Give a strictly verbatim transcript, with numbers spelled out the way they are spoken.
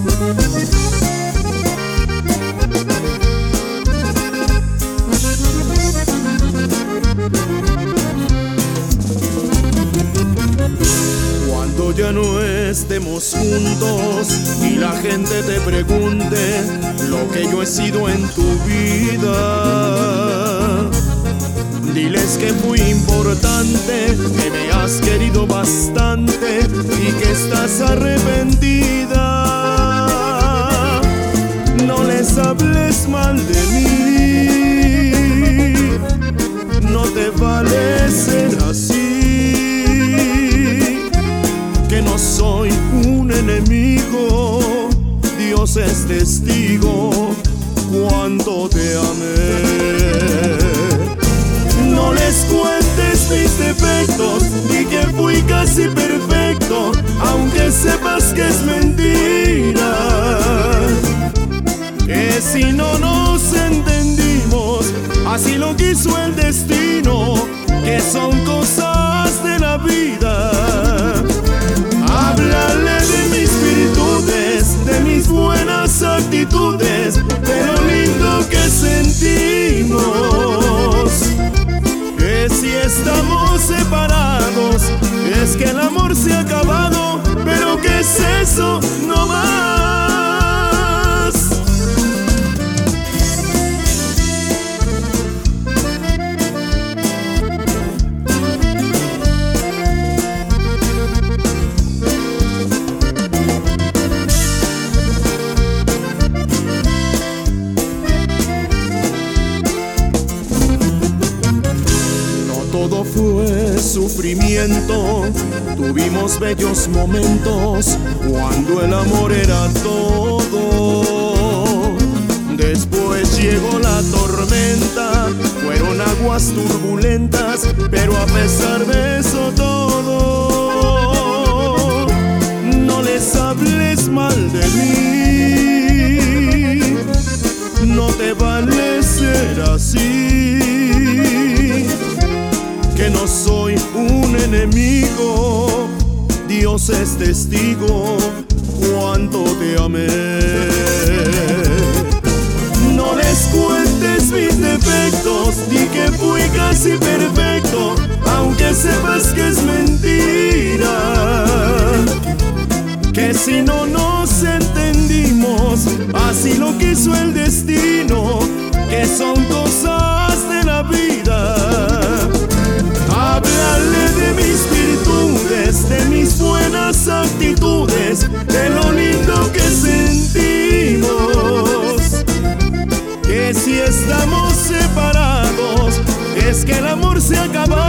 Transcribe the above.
Cuando ya no estemos juntos y la gente te pregunte lo que yo he sido en tu vida, diles que fui importante, que me has querido bastante y que estás arrepentida. No les hables mal de mí, no te vale ser así. Que no soy un enemigo, Dios es testigo cuánto te amé. No les cuentes mis defectos y que fui casi perfecto, aunque sepas que es mentira. Que si no nos entendimos, así lo quiso el destino, que son cosas de la vida. Háblale de mis virtudes, de mis buenas actitudes, de lo lindo que sentimos. Que si estamos separados, es que el amor se ha acabado, pero ¿qué es eso? No más. Todo fue sufrimiento, tuvimos bellos momentos cuando el amor era todo. Después llegó la tormenta, fueron aguas turbulentas, pero a pesar de eso todo, no les hables mal de mí, no te vale ser así. Que no soy un enemigo, Dios es testigo cuánto te amé. No les cuentes mis defectos, di que fui casi perfecto, aunque sepas que es mentira. Que si no nos entendimos, así lo quiso el destino, que son cosas de la vida. Háblale de mis virtudes, de mis buenas actitudes, de lo lindo que sentimos. Que si estamos separados, es que el amor se acaba.